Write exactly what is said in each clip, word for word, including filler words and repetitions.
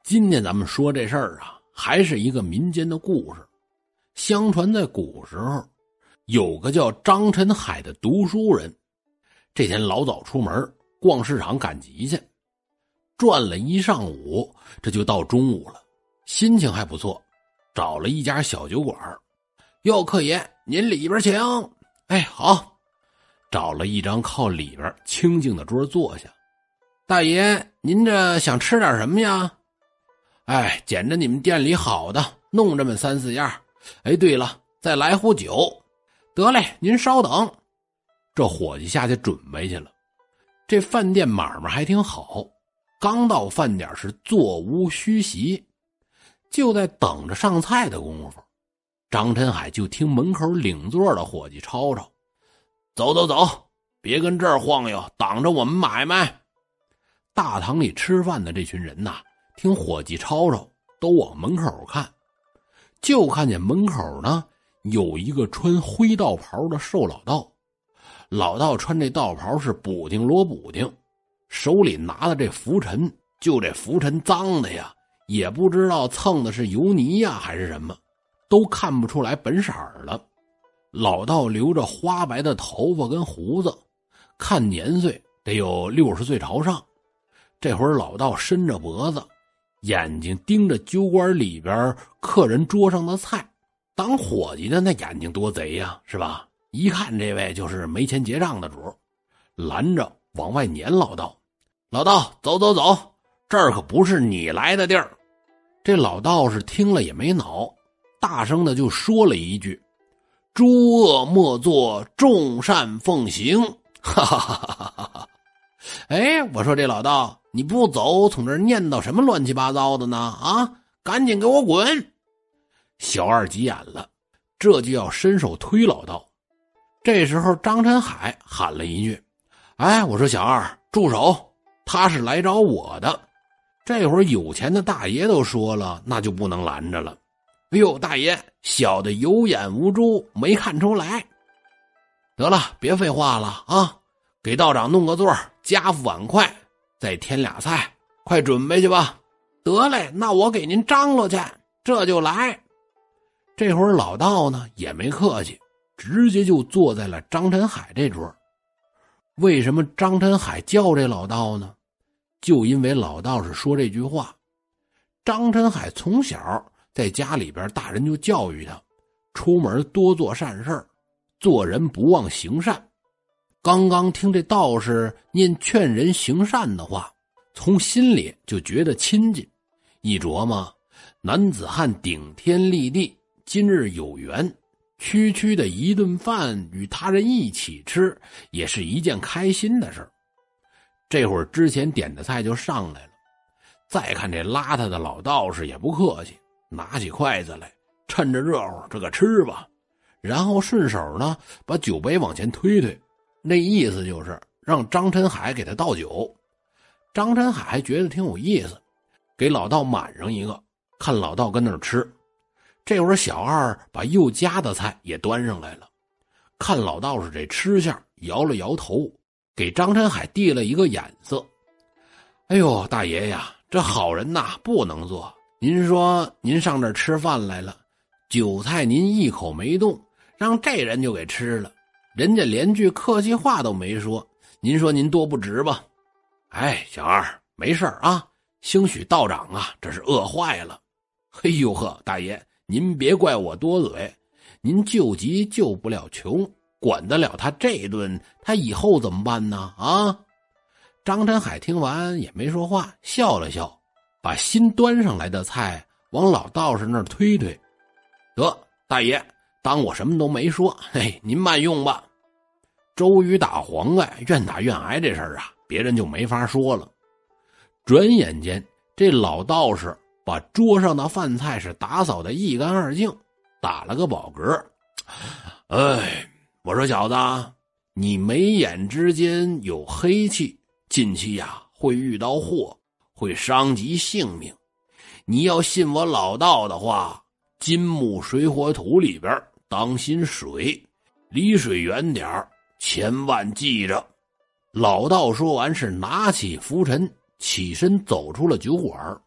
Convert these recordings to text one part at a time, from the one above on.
今天咱们说这事儿啊，还是一个民间的故事。相传在古时候，有个叫张晨海的读书人，这天老早出门逛市场赶集去，转了一上午，这就到中午了，心情还不错，找了一家小酒馆。哟，客爷，您里边请。哎，好。找了一张靠里边清静的桌坐下。大爷，您这想吃点什么呀？哎，捡着你们店里好的，弄这么三四样。哎，对了，再来壶酒。得嘞，您稍等。这伙计下去准备去了。这饭店买卖还挺好，刚到饭点是座无虚席。就在等着上菜的功夫，张晨海就听门口领座的伙计吵吵：走走走，别跟这儿晃悠，挡着我们买卖。大堂里吃饭的这群人呐，听伙计吵吵，都往门口看。就看见门口呢有一个穿灰道袍的瘦老道。老道穿这道袍是补丁罗补丁，手里拿的这拂尘，就这拂尘脏的呀，也不知道蹭的是油泥呀还是什么，都看不出来本色了。老道留着花白的头发跟胡子，看年岁得有六十岁朝上。这会儿老道伸着脖子，眼睛盯着酒馆里边客人桌上的菜。当伙计的那眼睛多贼呀，是吧？一看这位就是没钱结账的主，拦着往外撵老道。老道，走走走，这儿可不是你来的地儿。这老道士听了也没恼，大声的就说了一句：诸恶莫作，众善奉行。哈哈哈哈哈哈！哎，我说这老道，你不走，从这儿念叨什么乱七八糟的呢？啊，赶紧给我滚！小二急眼了，这就要伸手推老道。这时候张晨海喊了一句：哎，我说小二，住手，他是来找我的。这会儿有钱的大爷都说了，那就不能拦着了。哎呦，大爷，小的有眼无珠，没看出来。得了，别废话了啊，给道长弄个座，加副碗筷，再添俩菜，快准备去吧。得嘞，那我给您张罗去，这就来。这会儿老道呢也没客气，直接就坐在了张晨海这桌。为什么张晨海叫这老道呢？就因为老道士说这句话。张晨海从小在家里边，大人就教育他，出门多做善事，做人不忘行善。刚刚听这道士念劝人行善的话，从心里就觉得亲近。一琢磨，男子汉顶天立地，今日有缘，区区的一顿饭与他人一起吃，也是一件开心的事儿。这会儿之前点的菜就上来了，再看这邋遢的老道士也不客气，拿起筷子来，趁着热乎这个吃吧，然后顺手呢把酒杯往前推推，那意思就是让张晨海给他倒酒。张晨海还觉得挺有意思，给老道满上一个，看老道跟那儿吃。这会儿小二把又加的菜也端上来了，看老道士这吃相，摇了摇头，给张晨海递了一个眼色。哎呦，大爷呀，这好人呐不能做。您说您上这儿吃饭来了，酒菜您一口没动，让这人就给吃了，人家连句客气话都没说，您说您多不值吧？哎，小二，没事啊，兴许道长啊这是饿坏了。嘿呦呵，大爷，您别怪我多嘴，您救急救不了穷，管得了他这顿，他以后怎么办呢？啊！张晨海听完也没说话，笑了笑，把新端上来的菜往老道士那儿推推。得，大爷，当我什么都没说，嘿，您慢用吧。周瑜打黄盖，愿打愿挨这事儿啊，别人就没法说了。转眼间，这老道士把桌上的饭菜是打扫得一干二净，打了个饱嗝。哎，我说小子，你眉眼之间有黑气，近期呀会遇到祸，会伤及性命。你要信我老道的话，金木水火土里边当心水，离水远点儿，千万记着。老道说完是拿起拂尘，起身走出了酒馆。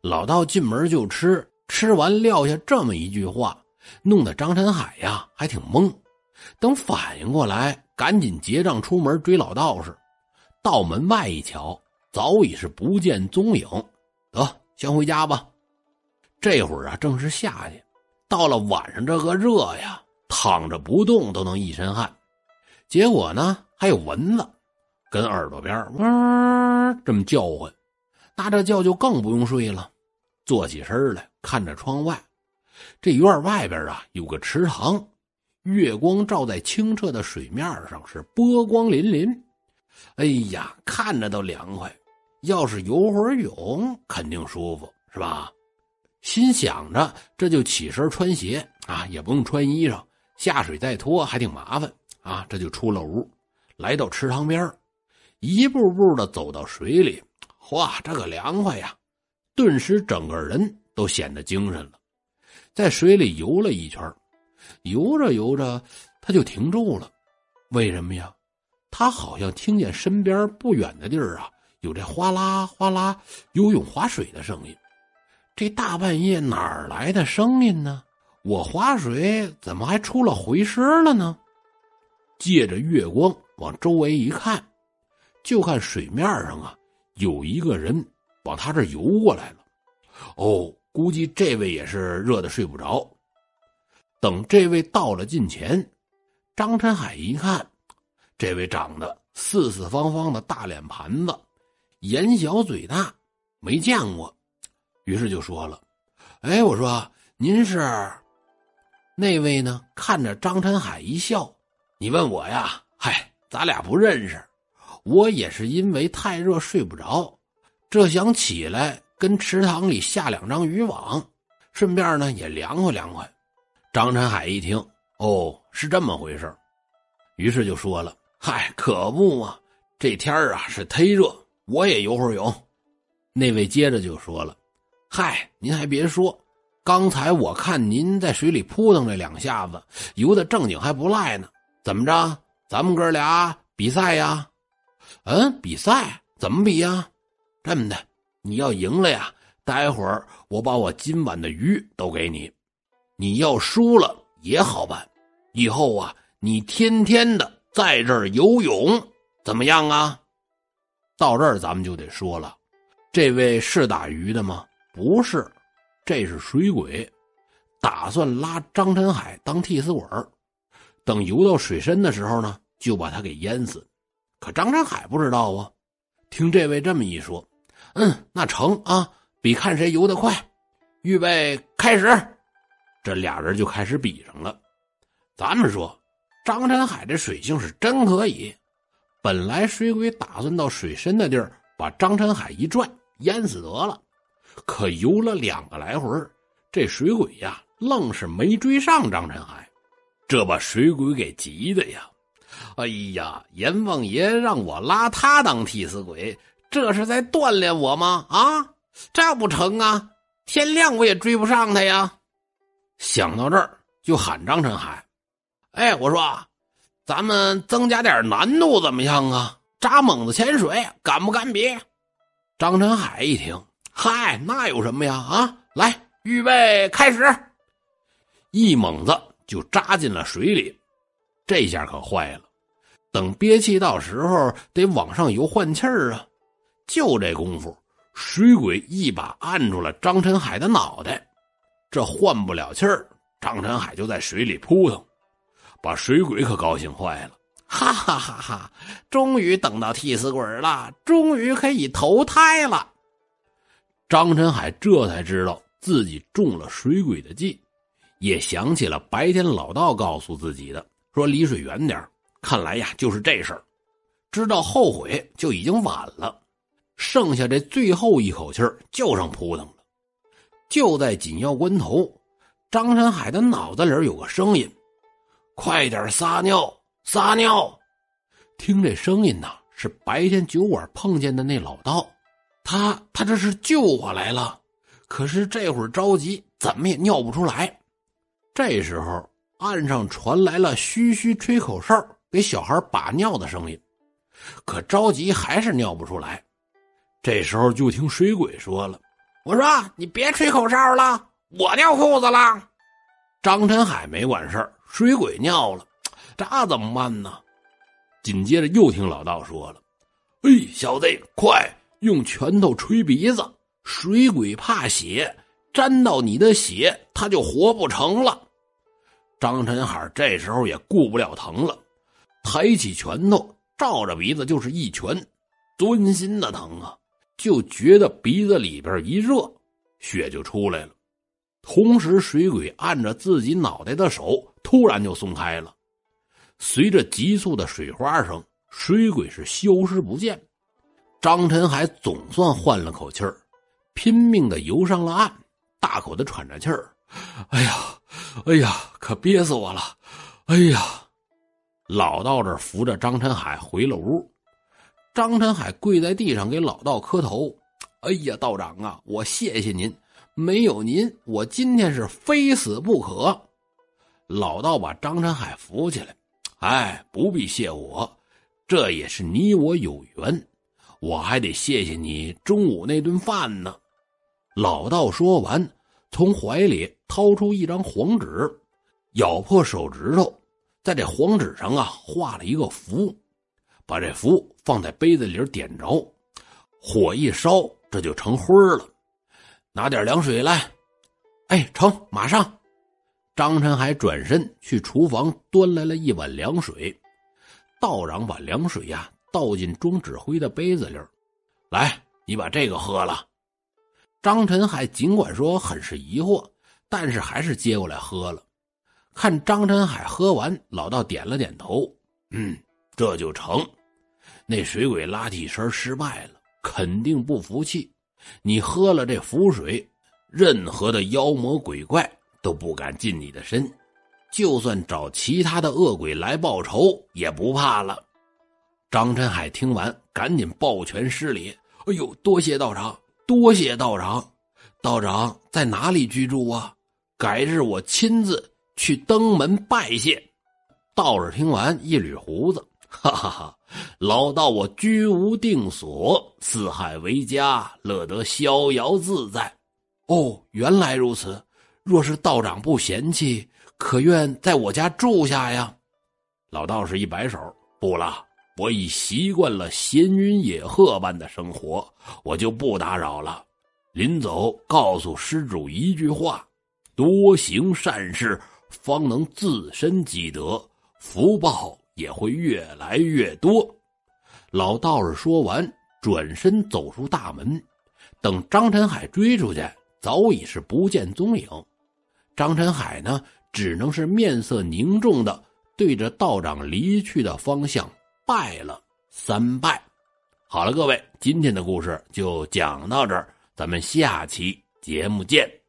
老道进门就吃，吃完撂下这么一句话，弄得张晨海呀还挺懵。等反应过来，赶紧结账出门追老道士。到门外一瞧，早已是不见踪影。得，先回家吧。这会儿啊，正是夏天，到了晚上这个热呀，躺着不动都能一身汗。结果呢，还有蚊子跟耳朵边嗡这么叫唤，那这觉就更不用睡了。坐起身来，看着窗外，这院外边啊有个池塘，月光照在清澈的水面上，是波光粼粼。哎呀，看着都凉快。要是游会儿泳，肯定舒服，是吧？心想着，这就起身穿鞋啊，也不用穿衣裳，下水再脱还挺麻烦啊。这就出了屋，来到池塘边，一步步的走到水里。哇，这个凉快呀！顿时整个人都显得精神了。在水里游了一圈，游着游着，他就停住了。为什么呀？他好像听见身边不远的地儿啊，有这哗啦哗啦游泳划水的声音。这大半夜哪儿来的声音呢？我划水怎么还出了回声了呢？借着月光往周围一看，就看水面上啊有一个人往他这游过来了。哦，估计这位也是热得睡不着。等这位到了近前，张晨海一看，这位长得四四方方的大脸盘子，眼小嘴大，没见过。于是就说了：哎，我说您是？那位呢看着张晨海一笑：你问我呀？嗨，咱俩不认识。我也是因为太热睡不着，这想起来跟池塘里下两张渔网，顺便呢也凉快凉快。张晨海一听，哦，是这么回事，于是就说了：嗨，可不嘛，这天儿啊是忒热，我也游会儿泳。那位接着就说了：嗨，您还别说，刚才我看您在水里扑腾这两下子，游得正经还不赖呢。怎么着，咱们哥俩比赛呀？嗯，比赛怎么比呀？这么的，你要赢了呀，待会儿我把我今晚的鱼都给你。你要输了也好办，以后啊，你天天的在这儿游泳，怎么样啊？到这儿咱们就得说了，这位是打鱼的吗？不是，这是水鬼，打算拉张晨海当替死鬼儿。等游到水深的时候呢，就把他给淹死。可张晨海不知道啊，听这位这么一说，嗯，那成啊，比看谁游得快。预备开始。这俩人就开始比上了。咱们说张晨海这水性是真可以，本来水鬼打算到水深的地儿把张晨海一拽淹死得了，可游了两个来回，这水鬼呀愣是没追上张晨海，这把水鬼给急的呀！哎呀，阎王爷让我拉他当替死鬼，这是在锻炼我吗？啊，这不成啊，天亮我也追不上他呀！想到这儿就喊张晨海：哎，我说咱们增加点难度怎么样啊？扎猛子潜水敢不敢比？张晨海一听，嗨，那有什么呀？啊，来，预备开始。一猛子就扎进了水里，这下可坏了，等憋气到时候得往上游换气儿啊。就这功夫，水鬼一把按住了张晨海的脑袋，这换不了气儿，张晨海就在水里扑腾，把水鬼可高兴坏了，哈哈哈哈！终于等到替死鬼了，终于可以投胎了。张晨海这才知道自己中了水鬼的计，也想起了白天老道告诉自己的，说离水远点，看来呀就是这事儿。知道后悔就已经晚了，剩下这最后一口气儿就剩扑腾了。就在紧要关头，张晨海的脑子里有个声音：快点撒尿，撒尿！听这声音呢，是白天酒馆碰见的那老道，他他这是救我来了，可是这会儿着急，怎么也尿不出来。这时候岸上传来了嘘嘘吹口哨给小孩把尿的声音，可着急还是尿不出来。这时候就听水鬼说了： 我说你别吹口哨了，我尿裤子了。张晨海没管事儿，水鬼尿了，这怎么办呢？紧接着又听老道说了，哎，小子，快用拳头吹鼻子，水鬼怕血，沾到你的血他就活不成了。张晨海这时候也顾不了疼了，抬起拳头照着鼻子就是一拳，钻心的疼啊，就觉得鼻子里边一热，血就出来了。同时水鬼按着自己脑袋的手突然就松开了，随着急速的水花声，水鬼是消失不见。张晨海总算换了口气儿，拼命的游上了岸，大口的喘着气儿。哎呀哎呀，可憋死我了，哎呀。老道这扶着张晨海回了屋，张晨海跪在地上给老道磕头。哎呀，道长啊，我谢谢您，没有您我今天是非死不可。老道把张晨海扶起来，哎，不必谢我，这也是你我有缘，我还得谢谢你中午那顿饭呢。老道说完，从怀里掏出一张黄纸，咬破手指头，在这黄纸上啊画了一个符，把这符放在杯子里点着，火一烧，这就成灰了。拿点凉水来。哎，成，马上。张晨海转身去厨房端来了一碗凉水，道长把凉水呀、啊、倒进装纸灰的杯子里，来，你把这个喝了。张晨海尽管说很是疑惑，但是还是接过来喝了。看张晨海喝完，老道点了点头，嗯，这就成。那水鬼拉替身失败了，肯定不服气，你喝了这符水，任何的妖魔鬼怪都不敢近你的身，就算找其他的恶鬼来报仇也不怕了。张晨海听完赶紧抱拳施礼，哎呦，多谢道长，多谢道长。道长在哪里居住啊？改日我亲自去登门拜谢。道士听完一捋胡子，哈哈哈，老道我居无定所，四海为家，乐得逍遥自在。哦，原来如此，若是道长不嫌弃，可愿在我家住下呀？老道士一摆手，不了，我已习惯了闲云野鹤般的生活，我就不打扰了。临走告诉施主一句话，多行善事方能自身积德，福报也会越来越多。老道士说完，转身走出大门，等张晨海追出去，早已是不见踪影。张晨海呢，只能是面色凝重的对着道长离去的方向拜了三拜。好了，各位，今天的故事就讲到这儿，咱们下期节目见。